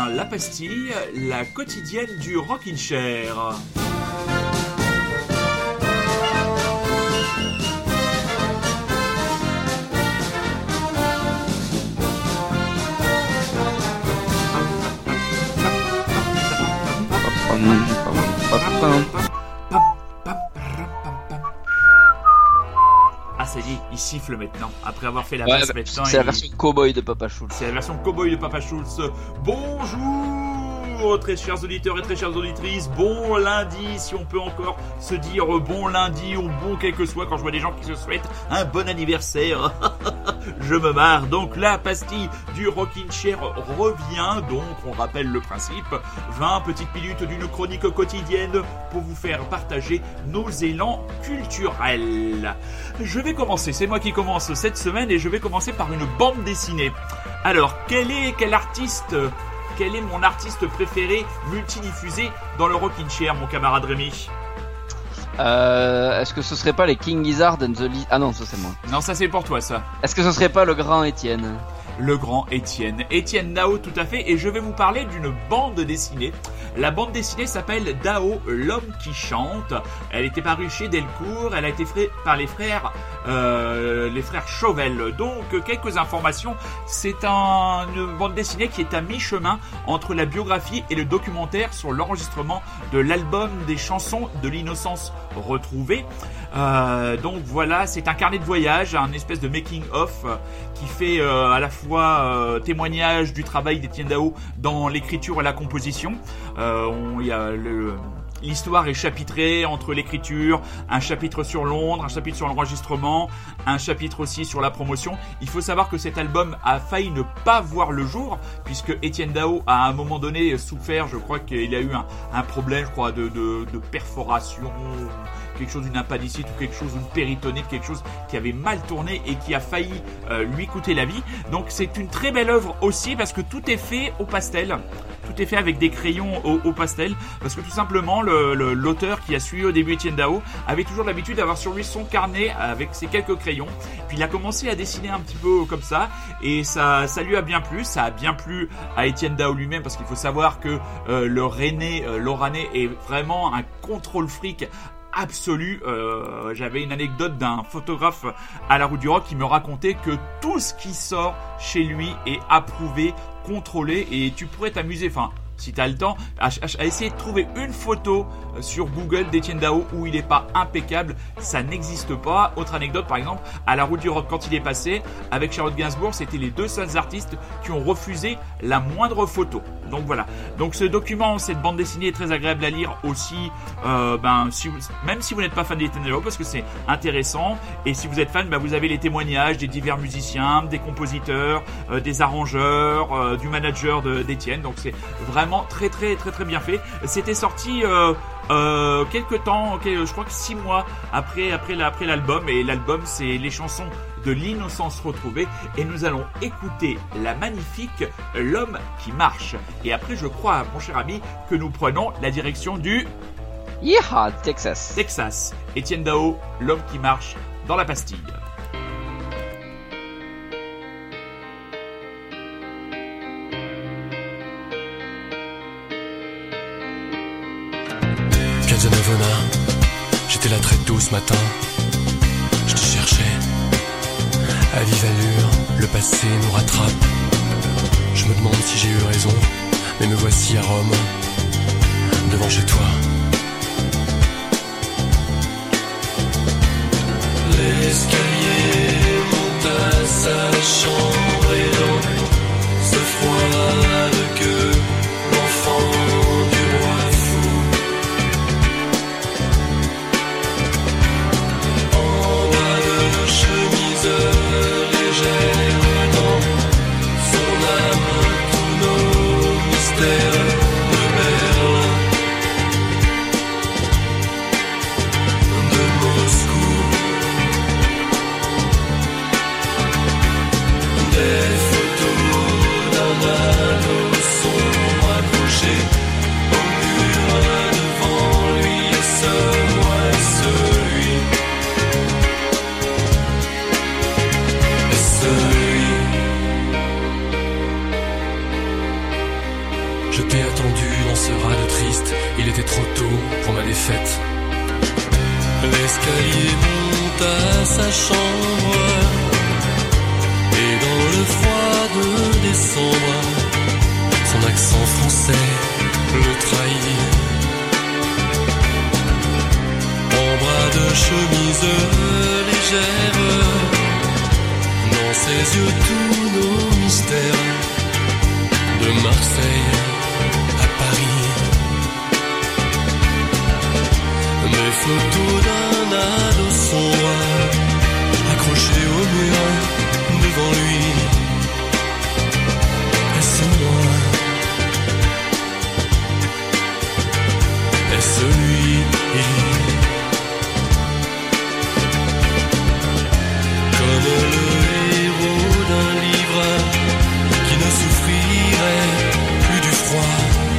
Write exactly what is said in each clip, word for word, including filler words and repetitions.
La Pastille, la quotidienne du Rockin' Chair. Ah, ça y est, il siffle maintenant. Après avoir fait la ouais, basse bah, maintenant. C'est il... la version cow-boy de Papa Schultz. C'est la version cow-boy de Papa Schultz. Bonjour, très chers auditeurs et très chères auditrices. Bon lundi, si on peut encore se dire bon lundi ou bon quel que soit quand je vois des gens qui se souhaitent un bon anniversaire. Je me marre. Donc la pastille du Rockin' Chair revient. Donc on rappelle le principe. vingt petites minutes d'une chronique quotidienne pour vous faire partager nos élans culturels. Je vais commencer, c'est moi qui commence cette semaine et je vais commencer par une bande dessinée. Alors, quel est, quel artiste, quel est mon artiste préféré multidiffusé dans le Rockin' Chair, mon camarade Rémi ? Euh, est-ce que ce serait pas les King Gizzard and the Li... Ah non, ça c'est moi. Non, ça c'est pour toi, ça. Est-ce que ce serait pas le grand Étienne ? Le grand Étienne. Étienne Dao, tout à fait. Et je vais vous parler d'une bande dessinée. La bande dessinée s'appelle Dao, l'homme qui chante. Elle était parue chez Delcourt. Elle a été faite par les frères, euh, les frères Chauvel. Donc, quelques informations. C'est un, une bande dessinée qui est à mi-chemin entre la biographie et le documentaire sur l'enregistrement de l'album des chansons de l'innocence retrouvée. Euh, donc voilà, c'est un carnet de voyage, un espèce de making-of qui fait euh, à la fois euh, témoignage du travail d'Étienne Dao dans l'écriture et la composition. Euh, on, y a le... L'histoire est chapitrée entre l'écriture, un chapitre sur Londres, un chapitre sur l'enregistrement, un chapitre aussi sur la promotion. Il faut savoir que cet album a failli ne pas voir le jour, puisque Étienne Dao a à un moment donné souffert, je crois qu'il a eu un, un problème, je crois, de, de, de perforation, quelque chose d'une appendicite ou quelque chose d'une péritonite, quelque chose qui avait mal tourné et qui a failli euh, lui coûter la vie. Donc c'est une très belle œuvre aussi parce que tout est fait au pastel. Tout est fait avec des crayons au, au pastel parce que tout simplement le, le, l'auteur qui a suivi au début Étienne Dao avait toujours l'habitude d'avoir sur lui son carnet avec ses quelques crayons. Puis il a commencé à dessiner un petit peu comme ça et ça, ça lui a bien plu. Ça a bien plu à Étienne Dao lui-même parce qu'il faut savoir que euh, le René euh, Loranais est vraiment un contrôle fric absolu. Euh, j'avais une anecdote d'un photographe à la Route du Rock qui me racontait que tout ce qui sort chez lui est approuvé, contrôlé et tu pourrais t'amuser, enfin si tu as le temps, à, à, à essayer de trouver une photo sur Google d'Étienne Dao où il n'est pas impeccable, ça n'existe pas. Autre anecdote, par exemple, à la Route du Rock, quand il est passé, avec Charlotte Gainsbourg, c'était les deux seuls artistes qui ont refusé la moindre photo. Donc voilà. Donc ce document, cette bande dessinée est très agréable à lire aussi, euh, ben, si vous, même si vous n'êtes pas fan d'Étienne Dao, parce que c'est intéressant. Et si vous êtes fan, ben, vous avez les témoignages des divers musiciens, des compositeurs, euh, des arrangeurs, euh, du manager de, d'Étienne. Donc c'est vraiment très très très très bien fait. C'était sorti euh, euh, quelques temps, okay, je crois que six mois après après, la, après l'album. Et l'album, c'est les chansons de l'innocence retrouvée. Et nous allons écouter la magnifique L'homme qui marche. Et après, je crois, mon cher ami, que nous prenons la direction du Yeehaw, Texas. Texas. Étienne Dao, L'homme qui marche dans la pastille. Casanova, j'étais là très tôt ce matin. Je te cherchais. À vive allure, le passé nous rattrape. Je me demande si j'ai eu raison, mais me voici à Rome, devant chez toi. L'escalier monte à sa chambre et dans ce froid de queue, l'enfant du roi fou. En bas de chemise légère dans son âme tous nos mystères de Berlin. défaite. L'escalier monte à sa chambre, et dans le froid de décembre, son accent français le trahit. En bras de chemise légère, dans ses yeux tous nos mystères, de Marseille à Paris. Des photos d'un ado sombre, accroché au mur devant lui. Est-ce moi? Est-ce lui? Comme le héros d'un livre qui ne souffrirait plus du froid,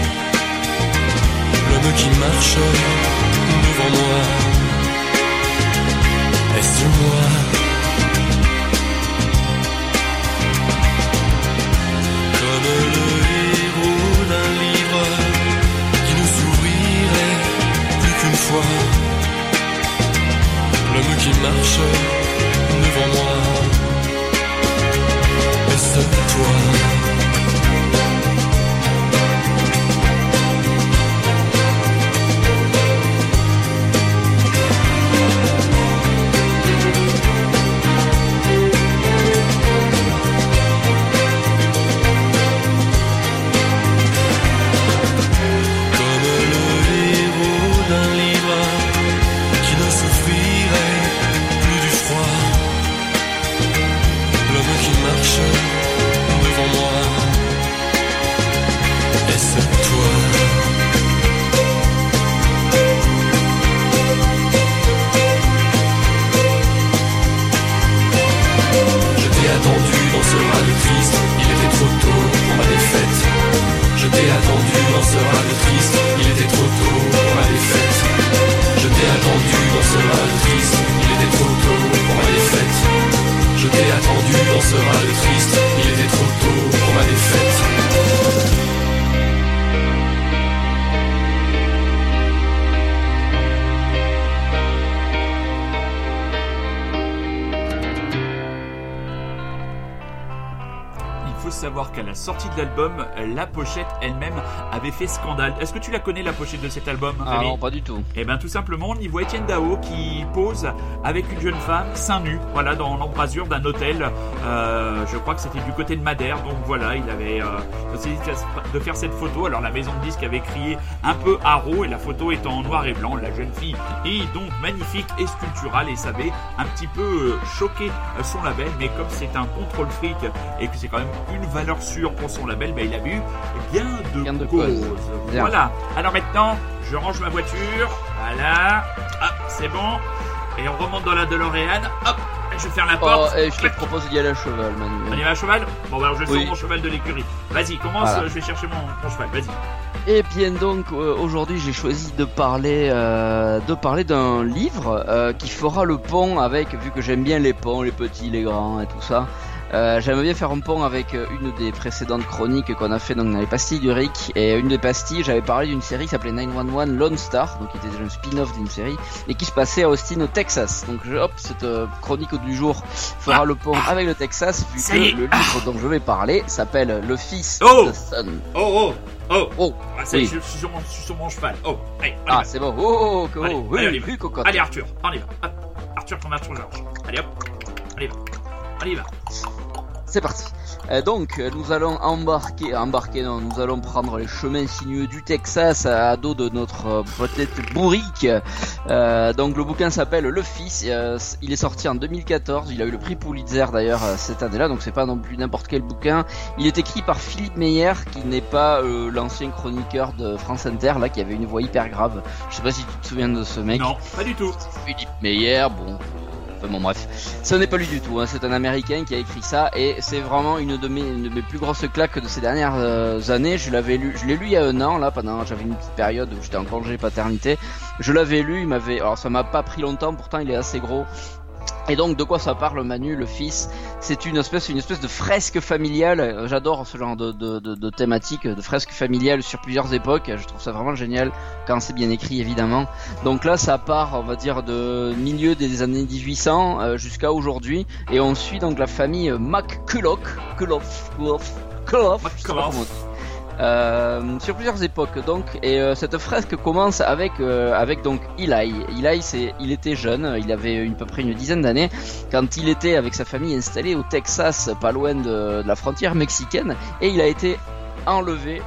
l'homme qui marche devant moi. Est-ce moi? Comme le héros d'un livre qui ne s'ouvrirait plus qu'une fois, l'homme qui marche devant moi. Est-ce toi? Savoir qu'à la sortie de l'album, la pochette elle-même avait fait scandale. Est-ce que tu la connais, la pochette de cet album? Ah Rémi? Non, pas du tout. Eh bien tout simplement, on y voit Etienne Dao qui pose avec une jeune femme seins nus, voilà, dans l'embrasure d'un hôtel. Euh, je crois que c'était du côté de Madère, donc voilà, il avait euh, décidé de faire cette photo. Alors la maison de disques avait crié un peu haro et la photo est en noir et blanc. La jeune fille est donc magnifique et sculpturale et ça avait un petit peu choqué son label, mais comme c'est un contrôle fric et que c'est quand même une valeur sûre pour son label, ben il a vu gain de, gain de cause. cause. Voilà. Alors maintenant, je range ma voiture. Voilà. Hop, c'est bon. Et on remonte dans la DeLorean. Hop, je vais faire la porte. Oh, et je te propose d'y aller à cheval, Manu. On y va à cheval? Bon, bah, alors je sors oui. mon cheval de l'écurie. Vas-y, commence. Voilà. Je vais chercher mon, mon cheval. Vas-y. Et bien donc euh, aujourd'hui j'ai choisi de parler euh, de parler d'un livre euh, qui fera le pont avec, vu que j'aime bien les ponts, les petits, les grands et tout ça. Euh, J'aimerais bien faire un pont avec une des précédentes chroniques qu'on a fait donc dans les pastilles du Rick. Et une des pastilles, j'avais parlé d'une série qui s'appelait neuf un un Lone Star, donc qui était déjà un spin-off d'une série, et qui se passait à Austin au Texas. Donc je, hop, cette euh, chronique du jour fera ah, le pont ah, avec le Texas, vu que le livre ah. dont je vais parler s'appelle Le Fils oh de Sun. Oh oh Oh, oh, ah, ça, oui. je, je, suis sur mon, je suis sur mon cheval. Oh, allez, ah, va. C'est bon. Oh, oh, oh, allez, oui, allez, oui, cocotte. Allez, Arthur, on y va. Hop. Arthur, qu'on marche sur Georges. Allez, hop. Allez, va. Allez, va. C'est parti. Euh, donc, nous allons embarquer, embarquer, non, nous allons prendre les chemins sinueux du Texas à dos de notre euh, peut-être bourrique. Euh, donc, le bouquin s'appelle Le Fils. Euh, il est sorti en deux mille quatorze. Il a eu le prix Pulitzer d'ailleurs euh, cette année-là. Donc, c'est pas non plus n'importe quel bouquin. Il est écrit par Philippe Meyer, qui n'est pas euh, l'ancien chroniqueur de France Inter, là, qui avait une voix hyper grave. Je sais pas si tu te souviens de ce mec. Non, pas du tout. Philippe Meyer, bon. Bon bref, ce n'est pas lui du tout, hein. C'est un Américain qui a écrit ça et c'est vraiment une de mes, une de mes plus grosses claques de ces dernières euh, années. Je l'avais lu, je l'ai lu il y a un an là, pendant j'avais une petite période où j'étais en congé paternité. Je l'avais lu, il m'avait, alors ça m'a pas pris longtemps, pourtant il est assez gros. Et donc de quoi ça parle Manu, le fils? C'est une espèce, une espèce de fresque familiale. J'adore ce genre de, de, de, de thématique, de fresque familiale sur plusieurs époques. Je trouve ça vraiment génial quand c'est bien écrit évidemment. Donc là ça part, on va dire, de milieu des années dix-huit cents euh, jusqu'à aujourd'hui. Et on suit donc la famille McCulloch, Culloch, Culloch, Culloch, Culloch. Euh, sur plusieurs époques donc, et euh, cette fresque commence avec euh, avec donc Eli. Eli, c'est, il était jeune, il avait une, à peu près une dizaine d'années quand il était avec sa famille installé au Texas, pas loin de, de la frontière mexicaine, et il a été enlevé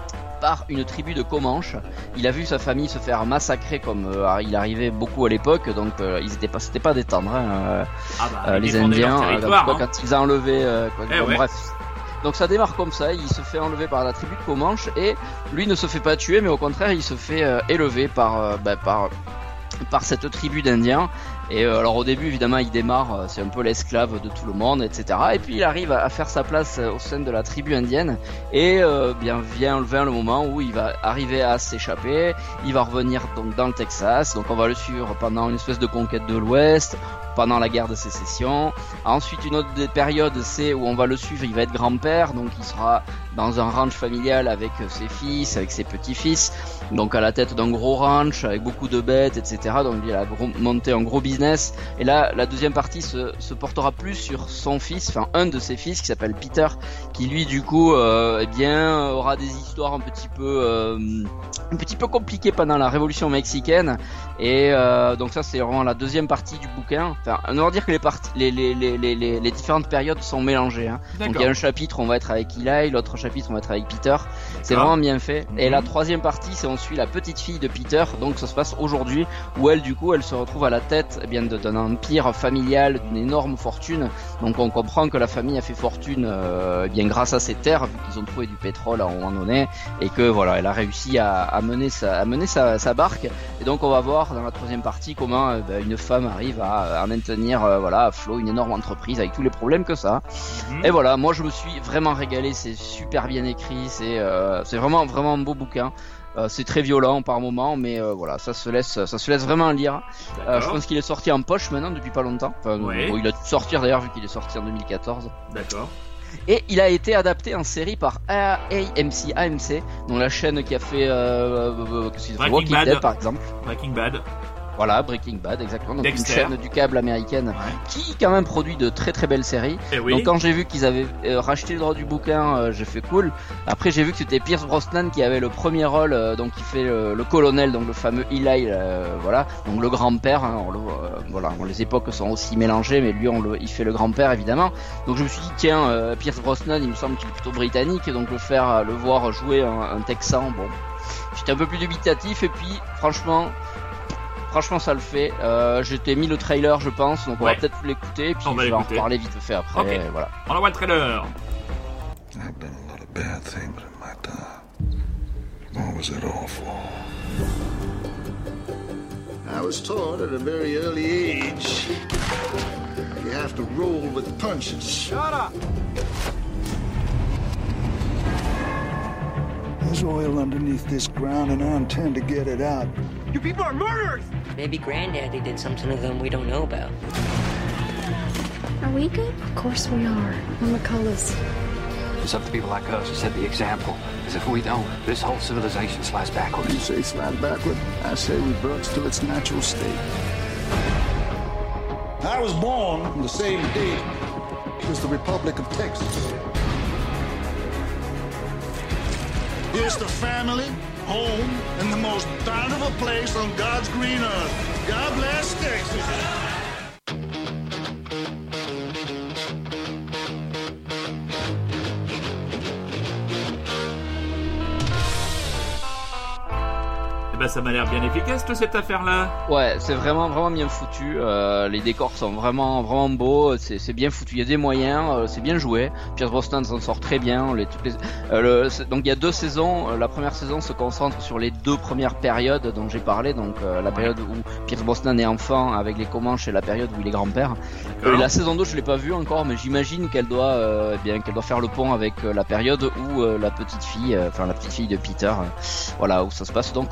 par une tribu de Comanches. Il a vu sa famille se faire massacrer comme euh, il arrivait beaucoup à l'époque, donc euh, ils étaient pas, c'était pas des tendres, hein, ah bah, euh, les Indiens, euh, quoi, hein. Quand ils ont enlevé, euh, quoi, eh bon, ouais. bref. Donc ça démarre comme ça, il se fait enlever par la tribu de Comanche et lui ne se fait pas tuer, mais au contraire il se fait euh, élever par, euh, bah, par, par cette tribu d'Indiens. Et euh, alors au début évidemment il démarre, euh, c'est un peu l'esclave de tout le monde, et cetera. Et puis il arrive à, à faire sa place euh, au sein de la tribu indienne. Et euh, bien vient, vient le moment où il va arriver à s'échapper, il va revenir donc dans le Texas. Donc on va le suivre pendant une espèce de conquête de l'Ouest, pendant la guerre de sécession. Ensuite une autre des périodes c'est où on va le suivre, il va être grand-père, donc il sera dans un ranch familial avec ses fils, avec ses petits-fils, donc à la tête d'un gros ranch avec beaucoup de bêtes, et cetera. Donc il a gros, monté un gros business. Et là, la deuxième partie se, se portera plus sur son fils, enfin un de ses fils qui s'appelle Peter, qui lui du coup, euh, eh bien, aura des histoires un petit peu, euh, un petit peu compliquées pendant la Révolution mexicaine. Et euh, donc ça, c'est vraiment la deuxième partie du bouquin. Enfin, on va dire que les parties, les les les les les, les différentes périodes sont mélangées. Hein. Donc il y a un chapitre où on va être avec Eli, l'autre chapitre on va être avec Peter. C'est vraiment bien fait. Et la troisième partie, c'est on suit la petite fille de Peter. Donc ça se passe aujourd'hui, où elle du coup, elle se retrouve à la tête, eh bien, d'un empire familial, d'une énorme fortune. Donc on comprend que la famille a fait fortune, euh, eh bien grâce à ces terres, vu qu'ils ont trouvé du pétrole à un moment donné, et que voilà, elle a réussi à, à mener sa, à mener sa, sa barque. Et donc on va voir dans la troisième partie comment euh, bah, une femme arrive à, à maintenir, euh, voilà, à flot une énorme entreprise avec tous les problèmes que ça. Mmh. Et voilà, moi je me suis vraiment régalé. C'est super bien écrit, c'est euh, c'est vraiment vraiment un beau bouquin. Euh, c'est très violent par moments, mais euh, voilà, ça se laisse, ça se laisse vraiment lire. Euh, je pense qu'il est sorti en poche maintenant depuis pas longtemps. Enfin, ouais. Bon, il a dû sortir d'ailleurs vu qu'il est sorti en deux mille quatorze. D'accord. Et il a été adapté en série par A M C, A M C, donc la chaîne qui a fait euh, euh, Breaking Walking Bad. Dead par exemple. Breaking Bad. Voilà, Breaking Bad, exactement. Donc Dexter. Une chaîne du câble américaine, ouais, qui quand même produit de très très belles séries. Et oui. Donc quand j'ai vu qu'ils avaient euh, racheté le droit du bouquin, euh, j'ai fait cool. Après j'ai vu que c'était Pierce Brosnan qui avait le premier rôle, euh, donc qui fait le, le colonel, donc le fameux Eli, euh, voilà, donc le grand-père. Hein, on le, euh, voilà, bon, les époques sont aussi mélangées, mais lui on le, il fait le grand-père évidemment. Donc je me suis dit tiens, euh, Pierce Brosnan, il me semble qu'il est plutôt britannique, donc le faire, le voir jouer un, un Texan, bon, j'étais un peu plus dubitatif. Et puis franchement. Franchement, ça le fait. Euh, je t'ai mis le trailer, je pense, donc on ouais. va peut-être l'écouter, et puis on va je vais en reparler vite fait après. Okay. Voilà. On envoie le trailer. I've done a lot of bad things in my time. What was it all for? I was taught at a very early age you have to roll with punches. Shut up! There's oil underneath this ground, and I intend to get it out. You people are murderers! Maybe Granddaddy did something to them we don't know about. Are we good? Of course we are. We're McCulloughs. It's up to people like us to set the example. Because if we don't, this whole civilization slides backward. You say slide backward, I say reverts to its natural state. I was born on the same day as the Republic of Texas. Here's the family, home, and the most bountiful place on God's green earth. God bless Texas. Eh ben, ça m'a l'air bien efficace, toute cette affaire-là. Ouais, c'est vraiment, vraiment bien foutu. Euh, les décors sont vraiment, vraiment beaux. C'est, c'est bien foutu. Il y a des moyens. Euh, c'est bien joué. Pierce Brosnan s'en sort très bien. Les, toutes les, euh, le, donc il y a deux saisons. La première saison se concentre sur les deux premières périodes dont j'ai parlé. Donc euh, la période où Pierce Brosnan est enfant avec les Comanches et la période où il est grand-père. Euh, la saison deux, je l'ai pas vue encore, mais j'imagine qu'elle doit, euh, bien, qu'elle doit faire le pont avec euh, la période où euh, la petite fille, enfin euh, la petite fille de Peter, euh, voilà, où ça se passe donc aujourd'hui.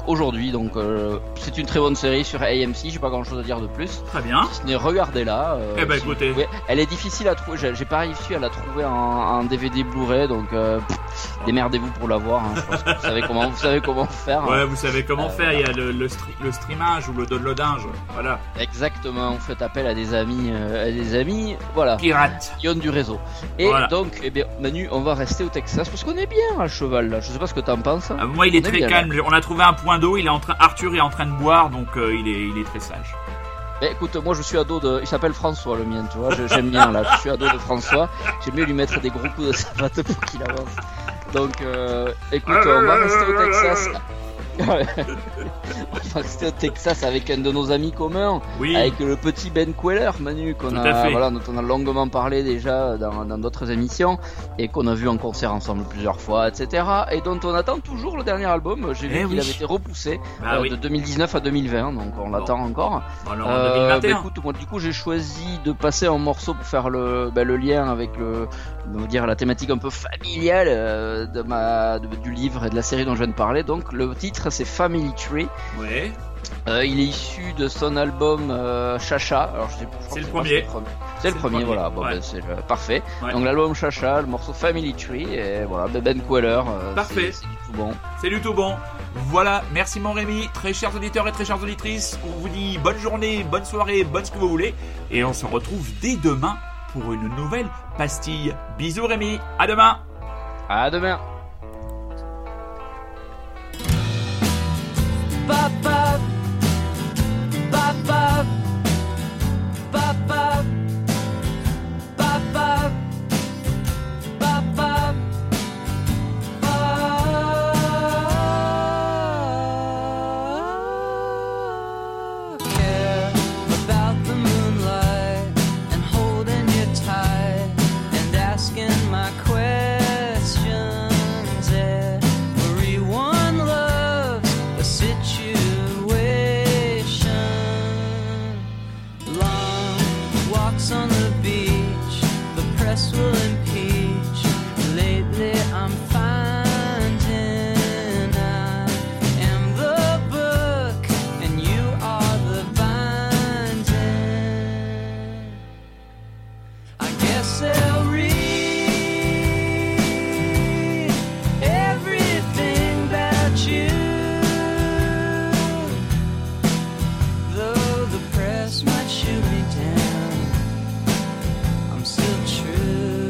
aujourd'hui. Donc euh, c'est une très bonne série sur A M C, j'ai pas grand chose à dire de plus. Très bien. Si ce n'est regardez-la. Euh, eh ben si écoutez. pouvez... Elle est difficile à trouver, j'ai, j'ai pas réussi à la trouver en, en D V D Blu-ray, donc euh, pff, démerdez-vous pour la voir. Hein. Je pense que vous savez comment, vous savez comment faire. Ouais, hein. vous savez comment Euh, faire, il y a le, le, stri- le streamage ou le downloadage, voilà. Exactement, vous faites appel à des amis, euh, à des amis, voilà. Pirate. Qui ont du réseau. Et Voilà. donc, eh bien, Manu, on va rester au Texas parce qu'on est bien à cheval là. Je sais pas ce que t'en penses. Ah, moi, il est On est très bien, calme. On a trouvé un point d'eau. Il est en train, Arthur est en train de boire, donc euh, il est, il est très sage. Eh, écoute, moi je suis ado de. Il s'appelle François le mien, tu vois. Je- J'aime bien là. Je suis ado de François. J'aime mieux lui mettre des gros coups de savate pour qu'il avance. Donc, euh, écoute, on va rester au Texas. On va rester au Texas avec un de nos amis communs, Oui. avec le petit Ben Queller, Manu, qu'on Tout a, à fait. voilà, dont on a longuement parlé déjà dans, dans d'autres émissions et qu'on a vu en concert ensemble plusieurs fois, et cetera. Et dont on attend toujours le dernier album. J'ai vu Eh qu'il oui. avait été repoussé Bah euh, oui. de deux mille dix-neuf à deux mille vingt, donc on l'attend encore. Alors, en Euh, deux mille vingt et un. bah, écoute, moi du coup j'ai choisi de passer un morceau pour faire le, bah, le lien avec le, on va dire la thématique un peu familiale euh, de ma, de- du livre et de la série dont je viens de parler. Donc le titre c'est Family Tree. Ouais. Euh, il est issu de son album euh, Chacha. Alors je sais, je crois C'est que le pas, premier. C'est le premier, c'est le premier, voilà. Bon, ouais. bah, c'est le- parfait. Ouais. Donc l'album Chacha, le morceau Family Tree et voilà, de Ben Queller. euh, Parfait. C'est, c'est du tout bon. C'est du tout bon. Voilà, merci mon Rémi, très chers auditeurs et très chères auditrices. On vous dit bonne journée, bonne soirée, bonne ce que vous voulez. Et on se retrouve dès demain pour une nouvelle pastille. Bisous Rémi, à demain. À demain. Papa, papa, papa, papa, papa, care about the moonlight and holding you tight and asking my questions. Everyone loves a situation. Long walks on the beach, the press will impeach. Lately I'm finding I am the book and you are the binding. I guess they'll read everything about you, though the press might shoot me down. I'm still true.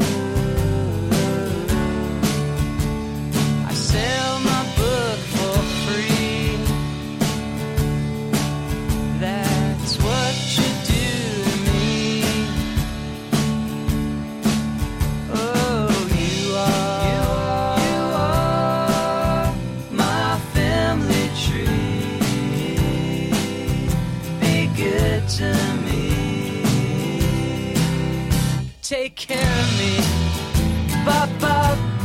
I sell my book for free. That's what you do to me. Oh, you are, you are my family tree. Be good to me. Take care of me. Papa,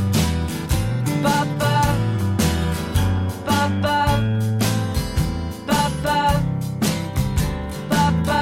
papa, papa, papa, papa,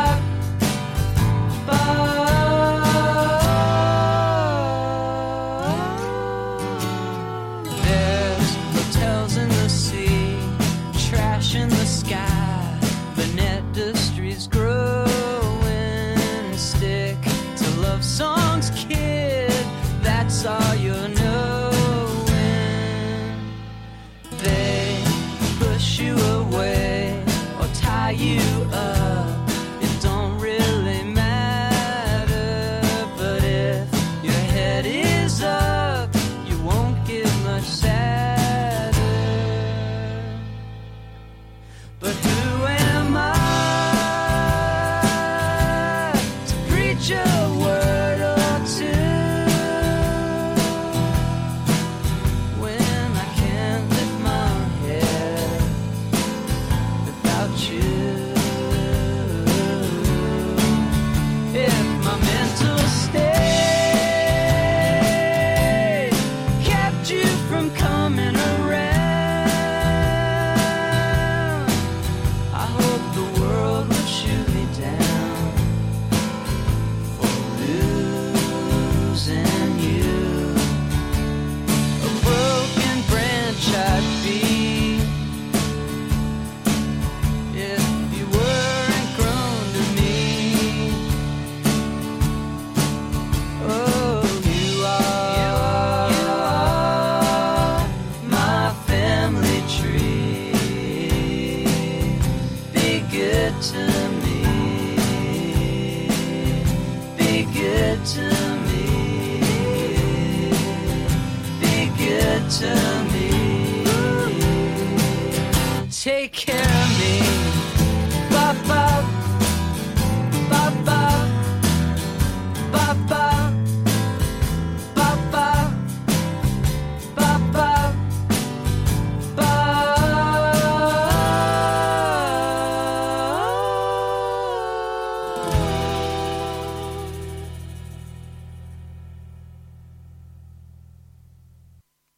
papa. There's hotels in the sea, trash in the sky. The net industry's growing. Stick to love songs, kid. That's all you're knowing. They push you away or tie you up. It don't really matter. But if your head is up, you won't get much sadder. But who am I to preach a word or two when I can't lift my head without you? good to me. Be good to me. Be good to me. Take care of